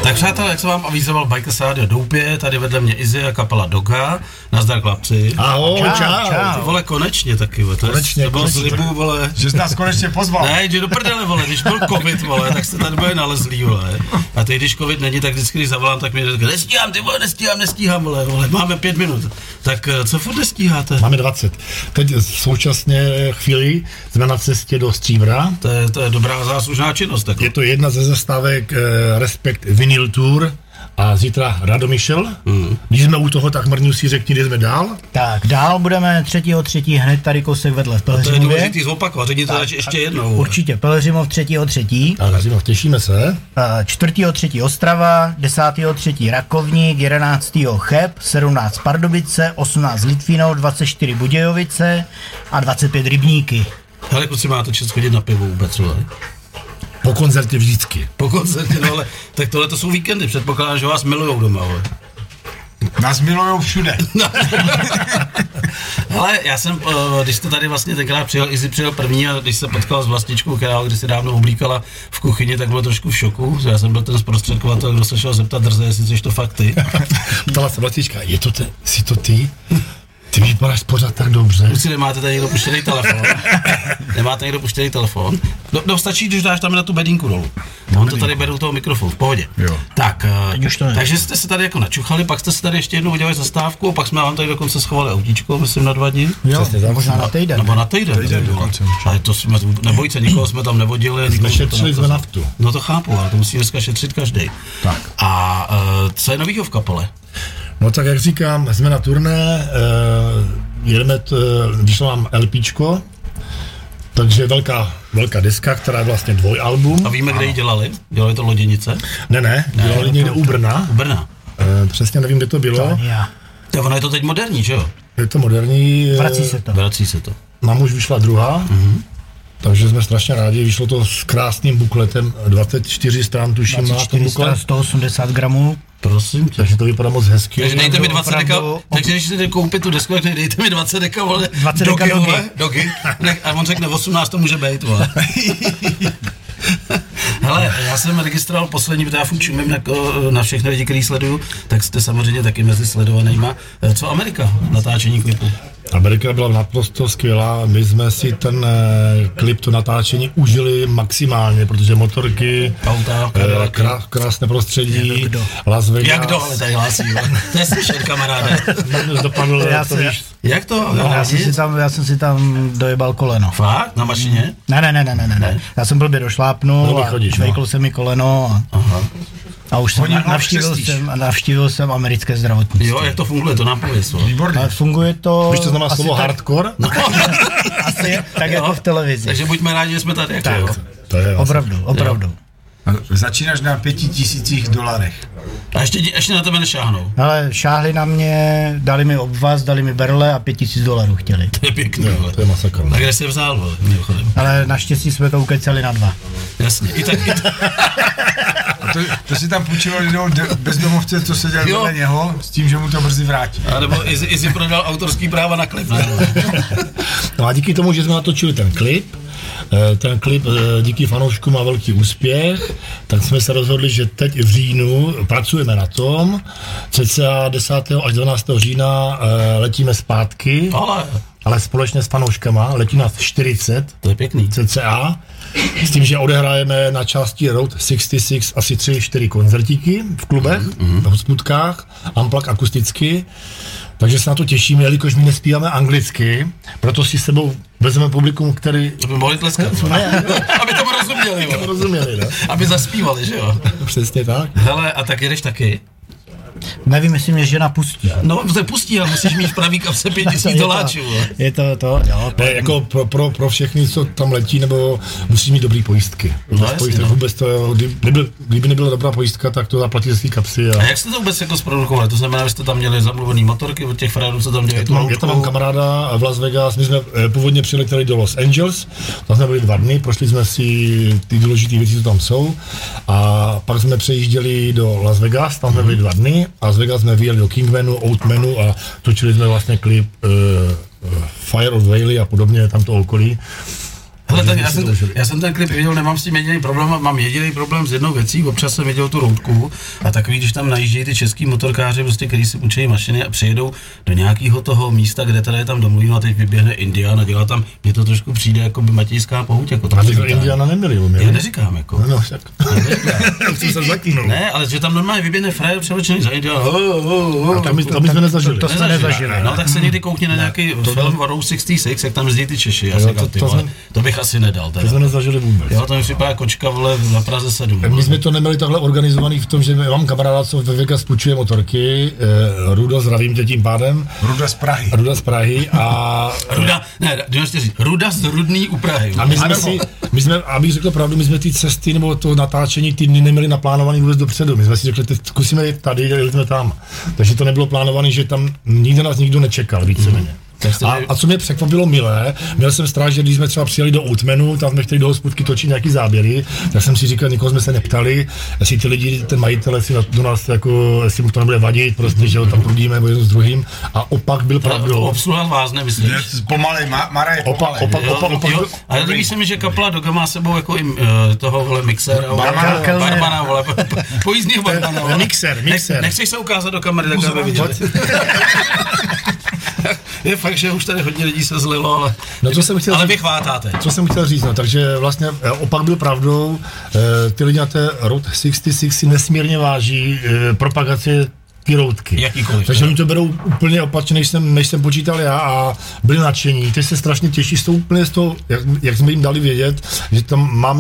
Tak přátelé, jak jsem vám avizoval, Bikers Radio Doupě, tady vedle mě Izzy a kapela Doga. Nazdar chlapci. Ahoj, čau. Vole, konečně taky, konečně. To bylo slibu, vole. Že jsi nás konečně pozval. Ne, jdi do prdele, vole, když byl covid, vole, tak jste tady byli nalezlí, vole. A teď, když covid není, tak vždycky, když zavolám, tak mi říká, nestíhám, ty vole, nestíhám, vole, máme 5 minut. Tak co furt nestíháte? Máme 20. Teď současně chvíli jsme na cestě do Stříbra. To je dobrá záslužná činnost. Tak. Je to jedna ze zastávek Respekt Vinyl Tour a zítra Radomyšl. Když jsme u toho, tak Mrňu si řekni, kde jsme dál. Tak dál budeme 3.3. hned tady kousek vedle v Pelhřimově. To je důležitý zopakovat, řekni to ještě jednou. Určitě, Pelhřimov 3.3. A Pelhřimov, těšíme se. 4.3. Ostrava, 10.3. Rakovník, 11. Cheb, 17. Pardubice, 18. Litvínov, 24. Budějovice a 25 Rybníky. Hele, kluci, máte čas chodit na pivo vůbec, vole? Po koncertě vždycky. Po koncertě, no ale tak tohle to jsou víkendy, předpokládám, že vás milujou doma, ale. Nás milujou všude. No. Ale já jsem, když jste tady vlastně tenkrát přijel, Izzy přijel první a když se potkal s vlastičkou, která když se dávno oblíkala v kuchyni, tak byl trošku v šoku. Já jsem byl ten zprostředkovatel, kdo se šel zeptat drze, jestli jsi to fakt ty. Ptala se vlastička, jsi to ty? Ty vypadáš pořád tak dobře. Kluci, nemáte tady někdo puštěný telefon? Nemáte někdo puštěný telefon? No stačí, když dáš tam na tu bedínku dolů. On to tady beru toho mikrofonu, v pohodě. Jo. Tak, takže jste se tady jako načuchali, pak jste se tady ještě jednou udělali zastávku, a pak jsme vám tady dokonce schovali autíčko, myslím na 2 dny. Jo, možná na týden. Nebo na týden dokonce. Ale to jsme, nebojte se, nikoho jsme tam nevodili. Šetřili jsme naftu. No to chápu, ale to musí dneska šetřit každý. Tak. A co je novýho v kapele? No tak jak říkám, jsme na turné, jedeme, vyšlo nám LPčko, takže velká deska, která je vlastně 2 album. A víme, kde ji dělali? Dělali to Loděnice? Ne, dělali někde u Brna. U Brna. Přesně nevím, kde to bylo. To ono je to teď moderní, že jo? Je to moderní. Vrací se to. Nám už vyšla druhá. Takže jsme strašně rádi, vyšlo to s krásným bukletem, 24 stran tuším má ten buklet. 180 gramů. Prosím tě. Takže to vypadá moc hezky. Takže dejte mi 20 deka, takže když si koupit tu desku, tak dejte mi 20 deka, vole, 20 deka dogy. A on řekne 18, to může být, vole. Hele, já jsem registroval poslední, protože já furt čumím jako na všechny lidi, který sleduju, tak jste samozřejmě taky mezi sledovanýma. Co Amerika, natáčení klipu? Amerika byla naprosto skvělá, my jsme si ten klip, to natáčení užili maximálně, protože motorky, auta, krásné prostředí, Las Vegas. Jak to ale tady hlásí, to je slyšet, kamaráde. Dopadl, Jak to? No, já jsem si tam dojebal koleno. Fakt? Na mašině? Ne. Já jsem blbě došlápnul a švejkl se mi koleno a už jsem navštívil jsem americké zdravotnictví. Jo, jak to funguje, to nám pověs. Výborně. Funguje to... Víš, to znamená slovo hardcore? No. Asi tak jako v televizi. Takže buďme rádi, že jsme tady. Jako, tak, jo. To je opravdu. Začínáš na $5000. A ještě na tebe nešáhnou. Ale šáhli na mě, dali mi obvaz, dali mi berle a $5000 chtěli. To je pěkný, to je masakr. Tak kde jsi vzal, vole, mimochodem. Ale naštěstí jsme to ukecali na 2. Jasně, i tak. To si tam půjčilo bezdomovce, co seděl vedle něho, s tím, že mu to brzy vrátí. A nebo Izzy prodal autorský práva na klip. No a díky tomu, že jsme natočili ten klip díky fanouškům má velký úspěch, tak jsme se rozhodli, že teď v říjnu pracujeme na tom, cca 10. až 12. října letíme zpátky, ale společně s fanouškama, letí nás 40, to je pěkný. cca, s tím, že odehrajeme na části Road 66 asi 3-4 koncertíky v klubech, v hospůdkách, amplak akusticky. Takže se na to těšíme, jelikož my nespíváme anglicky, proto si s sebou vezmeme publikum, který... To by mohli tleskat, aby tomu rozuměli. Ne? Aby zaspívali, že jo? Přesně tak. Hele, a tak jedeš taky? Nevím, jestli mě žena pustí. No, to pustí, ale musíš mít v pravý kapse $5000. Je to, jo. Ne, jako pro všechny, co tam letí, nebo musí mít dobrý pojistky. No, vůbec to, kdyby nebyla dobrá pojistka, tak to zaplatí ze svý kapsy. A jak jste to vůbec jako zprodukovali? To znamená, že jste tam měli zamluvený motorky od těch frérů, co tam dělají tu hloubku? Já tam mám kamaráda v Las Vegas, my jsme původně přiletěli do Los Angeles, tam jsme byli 2 dny, prošli jsme si ty důležité věci, co tam jsou, a pak jsme přejížděli do Las Vegas, tam jsme byli 2 dny, a z Vegas jsme vyjeli do Kingmanu, Oldmanu a točili jsme vlastně klip Fire of Whaley a podobně, tam to okolí. Ale já jsem ten klip viděl, nemám s tím jediný problém, mám jediný problém s jednou věcí, občas jsem viděl tu routku a takový, když tam najíždějí ty český motorkáři, prostě, kteří si učí mašiny a přijedou do nějakého toho místa, kde tady je tam domluví, a teď vyběhne Indiana, dělá tam, mně to trošku přijde jako by matějská pouť, jako tam. A to Indiana neměli, já neříkám, jako. No, však. Ne, ale že tam normálně vyběhne frajer převlečený za Indiana. A to my jsme nezažili. To jsme nezažili. No tak se někdy koukni na nějaký film Road 66, jak tam jezdí ty Češi. To bych asi nedal. To jsme nezažili vůbec. Jo, to mi připadá kočka, vole, na Praze 7. My jsme to neměli takhle organizovaný v tom, že mám kamaráda, co ve Vegas půjčuje motorky, Rudo, zdravím tě tím pádem. Ruda z Prahy a... Ruda z Rudný u Prahy. A my jsme, abych řekl pravdu, my jsme ty cesty nebo to natáčení ty dny neměli naplánovaný vůbec dopředu. My jsme si řekli, zkusíme jít tady, jeli jsme tam. Takže to nebylo plánované, že tam nikde nás nikdo nečekal víceméně. A co mě překvapilo milé, měl jsem strach, že když jsme třeba přijeli do Outmanu, tam jsme chtěli do hospodky točit nějaký záběry, tak jsem si říkal, nikoho jsme se neptali, jestli ty lidi, ten majitel, jestli do nás jako, jestli mu to nebude vadit, prostě, že ho tam prudíme jedno s druhým. A opak byl pravdou. To obsluha vás nemyslíš? Pomalej, Mara je pomalej. Opak. Ale líbí se mi, že kapela Doga má sebou jako toho, vole, mixer. Barbana, vole, pojízdního Barbana, vole. Mixer. Nechceš se ukázat do kamery, tak aby viděli. Je fakt, že už tady hodně lidí se zlilo, ale, ale vy chvátáte. Co jsem chtěl říct, no, takže vlastně opak byl pravdou, ty lidi na té Road 66 si nesmírně váží propagace ty routky. Jakýkoliv. Takže oni to berou úplně opačně, než jsem počítal já a byli nadšení. Teď se strašně těší úplně z toho, jak jsme jim dali vědět, že tam máme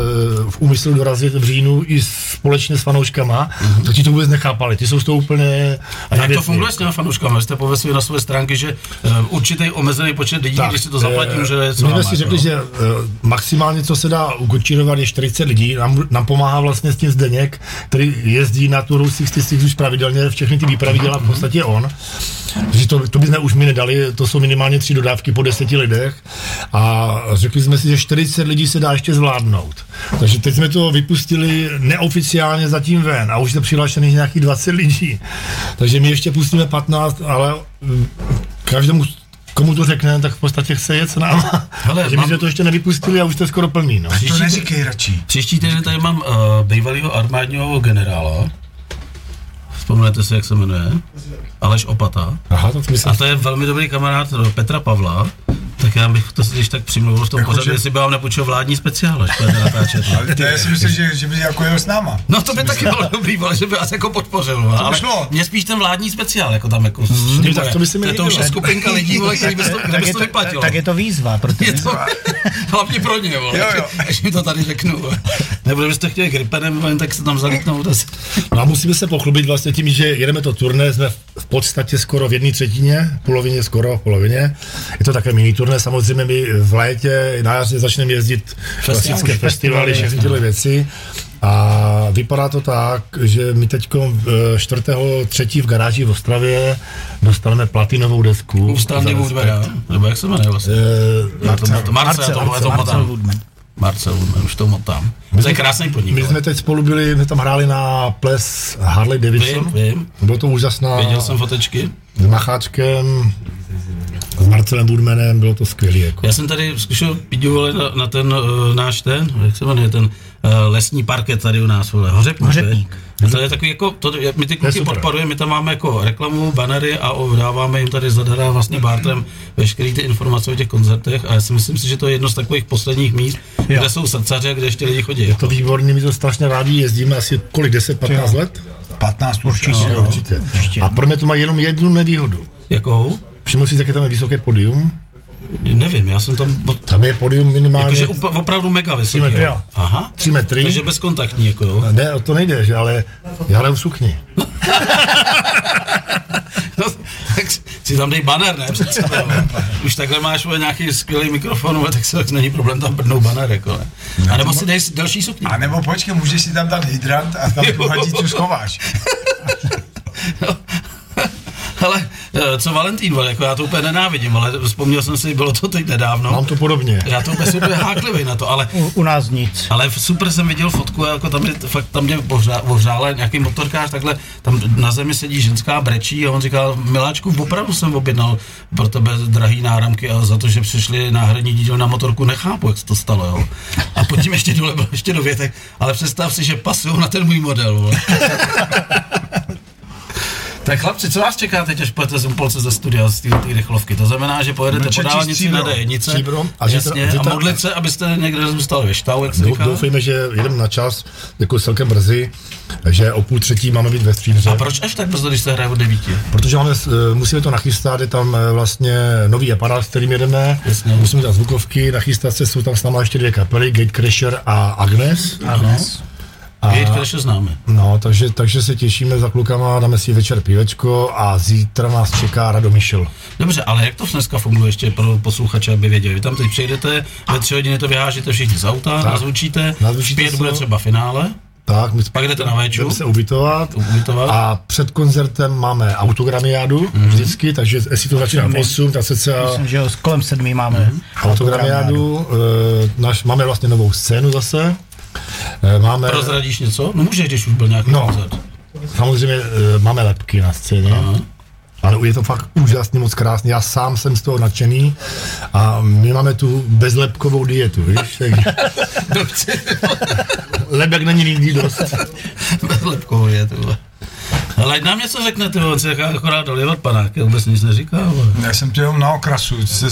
v úmyslu dorazit v říjnu i společně s fanouškama, tak ti to vůbec nechápali. Ty jsou z toho úplně... A jak to funguje s těma fanouškama? Jste pověsili na své stránky, že určitý omezený počet lidí, když si to zaplatí, může... My jsme si řekli, že maximálně, co se dá ukočírovat, je 40 lidí. Nám pomáhá vlastně s tím Zdeněk, který jezdí na tu Road 66 už pravidelně, všechny ty výpravy dělá v podstatě on. Takže to bychom už mi nedali, to jsou minimálně 3 dodávky po 10 lidech a řekli jsme si, že 40 lidí se dá ještě zvládnout. Takže teď jsme to vypustili neoficiálně zatím ven a už je přihlášených nějakých 20 lidí. Takže my ještě pustíme 15, ale každému, komu to řekne, tak v podstatě chce jet s náma. Takže my jsme to ještě nevypustili a už to je skoro plný. No. To neříkej radši. Příští týden tady mám bývalýho armádního generála. Vzpomněte si, jak se jmenuje? Aleš Opata. Aha, a to je velmi dobrý kamarád Petra Pavla. Tak já bych to si když tak přimluvil v tom jako pořadu, jestli by vám nepůjčil vládní speciál, až pojede natáčet. Ale to já si myslím, že by jako jel s náma. No to by taky bylo dobrý, že by asi jako podpořil. Ale mě spíš ten vládní speciál, jako tam jako... Tak to by si mi to už je skupinka lidí, kde bys to vyplatilo. Tak je to výzva, protože... Hlavně pro ně, až mi to tady řeknu. Nebo kdybyste chtěli Gripenem, tak se tam zalítnout. No a musíme se pochlubit vlastně tím, že jedeme to turné, jsme v podstatě skoro v 1/3, polovině. Je to také mini turné, samozřejmě my v létě, na jaře začneme jezdit klasické festivaly, všechny tyhle věci. A vypadá to tak, že my teď 4.3. v garáži v Ostravě dostaneme platinovou desku. Ústavní Woodman, nebo jak se jmenuje vlastně? Marcel Woodman, už to motám. To je krásný podnik. My jsme teď spolu byli, my tam hráli na ples Harley Davidson. Vím. Bylo to úžasná. Viděl jsem fotečky. S Macháčkem, s Marcelem Woodmanem, bylo to skvělé. Jako. Já jsem tady zkušel píďu na ten náš jak se jmenuje, ten lesní parket tady u nás, Hořepník. To je takový jako, my ty kluky podporujeme, my tam máme jako reklamu, banery a dáváme jim tady zadará vlastně bartrem veškerý ty informace o těch koncertech a já si myslím si, že to je jedno z takových posledních míst, kde jsou srdcaře, kde ještě lidi chodí. Je to výborný, my to strašně rádi jezdíme, asi kolik, 10-15 let? 15 určitě. A pro mě to má jenom jednu nevýhodu. Jakou? Všiml si, jaké tam je vysoké podium? Nevím, já jsem tam... Tam je podium minimálně... Jakože opravdu mega vysoký. 3 metry. Aha. 3 metry. Takže bezkontaktní, jako jo. Ne, to nejde, že, ale já hraju v sukni. No, tak si tam dej banner, ne? Už takhle máš nějaký skvělý mikrofon, tak se není problém tam prdnout banner, jako ne. A nebo si dej další sukni. A nebo počkej, můžeš si tam dát hydrant a tam tu hadičku schováš. No. Ale co Valentín, jako já to úplně nenávidím, ale vzpomněl jsem si, bylo to teď nedávno. Mám to podobně. Já to úplně háklivý na to, ale... U nás nic. Ale super jsem viděl fotku, jako tam mě ohřála nějaký motorkář, takhle, tam na zemi sedí ženská, brečí a on říkal, miláčku, opravdu jsem objednal pro tebe drahý náramky a za to, že přišli náhradní díl na motorku, nechápu, jak se to stalo, jo. A pod tím ještě dole byl ještě dovětek, ale představ si, že pasují na ten můj model, Tak chlapci, co vás čeká teď, až pojete z Impulse ze studia, z té rychlovky? To znamená, že pojedete po dálnici na D1, a modlit se, abyste někde zůstali ve štávu, jak se říká? Doufejme, že jedeme na čas, jako celkem brzy, že o 2:30 máme být ve Stříbře. A proč až tak brzo, když se hraje od 9? Protože musíme to nachystat, je tam vlastně nový aparát, s kterým jedeme, musíme dát zvukovky, nachystat se, jsou tam s námi ještě 2 kapely, Gatecrasher a Agnes. Gatecrasher známe. No, takže se těšíme za klukama, dáme si večer pivečko a zítra nás čeká Radomyšl. Dobře, ale jak to dneska funguje ještě pro posluchače, aby věděli? Vy tam teď přijdete, ve 3 hodiny to vyhážete všichni z auta, nazvučíte, zpět bude třeba finále. Tak, my pak jdete na véču. Jdeme se ubytovat a před koncertem máme autogramiádu vždycky, takže jestli to začíná v 8, tak se myslím, že kolem 7 máme autogramiádu. Máme vlastně novou scénu zase. Prozradíš něco? No můžeš, když už byl nějaký koncert. Samozřejmě máme lepky na scéně. Ale je to fakt úžasně moc krásný, já sám jsem z toho nadšený a my máme tu bezlepkovou dietu, víš? Lepek není nikdy dost. Bezlepkovou dietu. Ale nám něco řekne, ty vole, jak akorát dali od panáky, vůbec nic neříká, ale... Já jsem tě jenom na okrasu.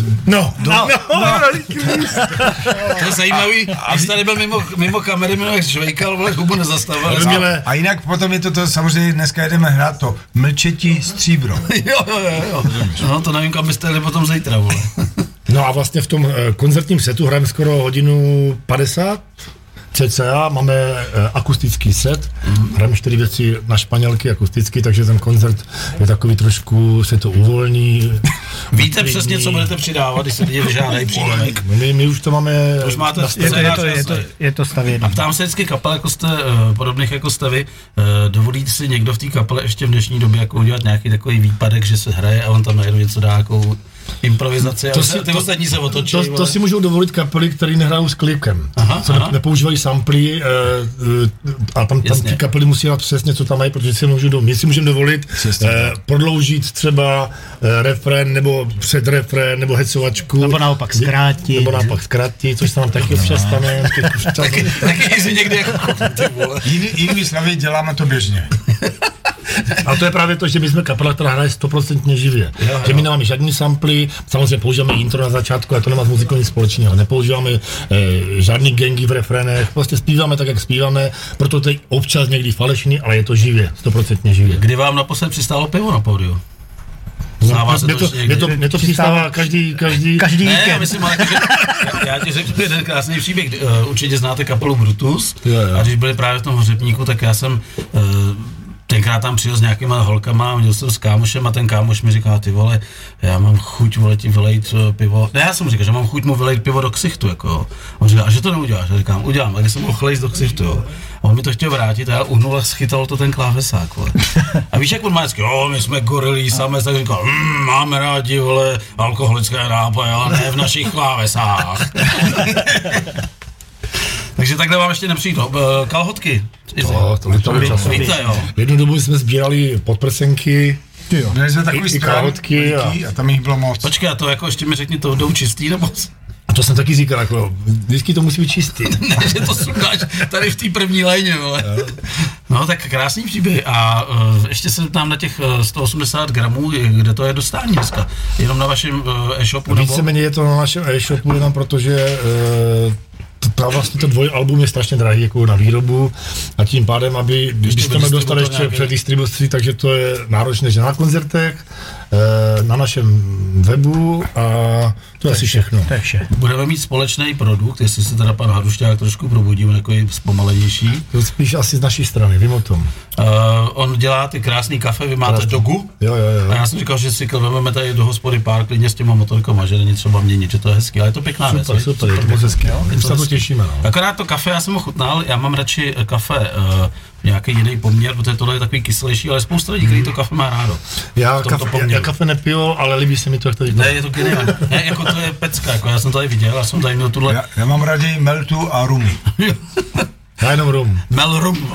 To je zajímavý, když tady byl mimo kamery, jak švejkal, vole, hubu nezastavil. A jinak potom je to samozřejmě, dneska jedeme hrát to Mlčetí stříbro. Jo. No to nevím, kam byste jeli potom zítra, vole. No a vlastně v tom koncertním setu hrajeme skoro 1:50. cca, máme akustický set, hrajeme 4 věci na španělky akusticky, takže ten koncert je takový trošku, se to uvolní. Víte přesně, co budete přidávat, když se lidi vyžádají přílemek? My už to máme... Už máte je to stavěný. A ptám se vždycky kapel, jako jste, podobných jako jste vy, dovolíte si někdo v té kapele ještě v dnešní době jako udělat nějaký takový výpadek, že se hraje a on tam najednou něco dá, jako improvizaci, ty ostatní se otočí. To si můžou dovolit kapely, které nehrajou s klikem, nepoužívají samply a tam ty kapely musí dát přesně, co tam mají, protože my si můžeme dovolit prodloužit třeba refrén nebo předrefrén nebo hecovačku. Nebo naopak zkrátit. Což se nám taky občas stane. Taky si někdy jako ty vole. Jinými slovy děláme to běžně. A to je právě to, že my jsme kapela, která hraje 100% živě. Že my nemáme žádný samply, samozřejmě používáme intro na začátku, ale to nemá s muzikou nic společného. Nepoužíváme žádný gangy v refrénech, prostě zpíváme tak, jak zpíváme, proto to je občas někdy falešný, ale je to živě, 100% živě. Kdy vám naposled přistálo pivo na pódiu? Mě to přistává každý ne, já myslím, ale já ti řeknu jeden krásný příběh. Určitě znáte kapelu Brutus. A když byli právě v tom Hřebníku, tak já jsem tenkrát tam přijel s nějakýma holkama, měl jsem s kámošem a ten kámoš mi říká, ty vole, já mám chuť, vole, ti vylejt pivo. Ne, já jsem říkal, že mám chuť mu vylejt pivo do ksichtu, jako jo. A on říká, a že to neuděláš? Já říkám, udělám, ale jsem ho chlejt do ksichtu, jo. A on mi to chtěl vrátit a já uhnul a schytal to ten klávesák, vole. A víš, jak on má vždycky, jo, my jsme gorilí samé, tak říkal, máme rádi, vole, alkoholické nápoje, ale ne v našich klávesách. Takže takhle vám ještě nepřijde. Kalhotky. Víte, jo. Jednu dobu jsme sbírali podprsenky, měli jsme takový kalhotky a tam jich bylo moc. Počkej, a to jako ještě mi řekni, to jdou čistý nebo? A to jsem taky říkal, jako vždycky to musí být čistý. Ne, že to sundáš tady v té první léně, vole. No tak krásný příběh. A ještě se tam na těch 180 gramů, kde to je dostání dneska? Jenom na vašem e-shopu? Víceméně je to na našem e-shopu, jenom protože vlastně to dvojalbum je strašně drahý jako na výrobu a tím pádem, kdybyste mě dostali ještě před distribuci, takže to je náročné, že na koncertech, na našem webu a to je asi všechno. To je vše. Budeme mít společný produkt, jestli se teda pan Hadušťák trošku probudí, on jako je zpomalenější. To spíš asi z naší strany, vím o tom. On dělá ty krásný kafe, vy máte dogu. Jo. A já jsem říkal, že si vezmeme tady do hospody pár klidně s těma motorkama, že není třeba měnit, že to je hezký, ale je to pěkná věc. Super, je to moc hezký, už se to těšíme. No. Akorát to kafe, já jsem ho chutnal, já mám radši kafe nějaký jiný poměr, protože tohle je takový kyselější, ale spousta lidí, který to kafe má rádo. Já kafe nepiju, ale líbí se mi to, jak to říká. Ne, je to geniální. Ne, jako to je pecka, jako já jsem tady viděl, já jsem tady měl tuhle. Já mám raději meltu a rumu. Já jenom rum. Mel rum.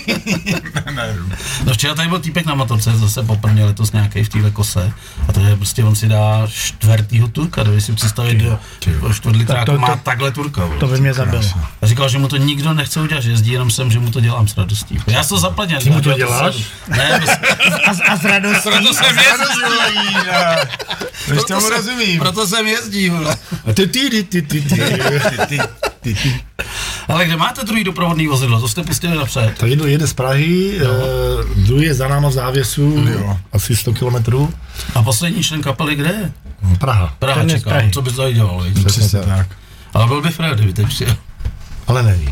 No včera tady byl týpek na motorce, zase poprvé letos nějaký v téhle kose. A to je prostě, on si dá 4. turka, když si představit do 4 litráku má takhle turka. To by mě zabilo. A říkal, že mu to nikdo nechce udělat, že jezdí jenom sem, že mu to dělám s radostí. Já to zaplatil. Ty mu to děláš? Ne, a s radostí? Proto jsem jezdí. Proto jsem jezdí. Ale kde máte druhý doprovodný vozidlo? To jste pustili napřed. Tak jede z Prahy, druhý je za náma v závěsu, asi 100 kilometrů. A poslední člen kapely kde je? Praha. Praha čekal, co bys tady dělal? Tak. Ale byl by Fred, kdyby teď přijel. Ale není.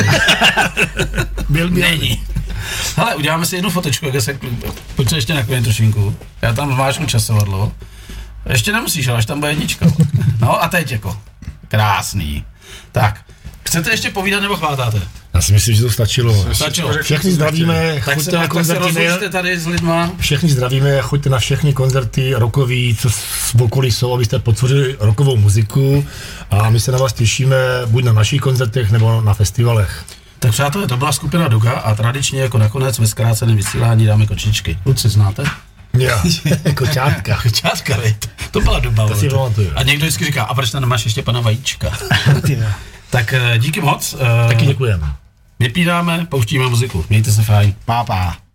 Není. Hele, uděláme si jednu fotečku, pojď se ještě naklonit trošinku. Já tam zmáčknu časovadlo. Ještě nemusíš, ale až tam bude jednička. No a teď jako. Krásný. Tak. Chcete ještě povídat nebo chvátáte? Já si myslím, že to stačilo. Stačilo. Všechny zdravíme, choďte na koncerty. Tady s lidma. Všechny zdravíme, choďte na všechny koncerty rockový, co v okolí jsou, abyste podpořili rockovou muziku. A my se na vás těšíme buď na našich koncertech nebo na festivalech. Tak přátelé, to byla skupina Duga a tradičně jako nakonec ve zkráceném vysílání dáme kočičky. Kluci, znáte? Jo, kočátka. Kočátka, viď? To byla doba. To si pamatuju. A někdo vždycky říká, a proč tam nemáš ještě pana Vajíčka? Tak díky moc. Taky děkujeme. Vypínáme, pouštíme muziku. Mějte se fajn. Pápa.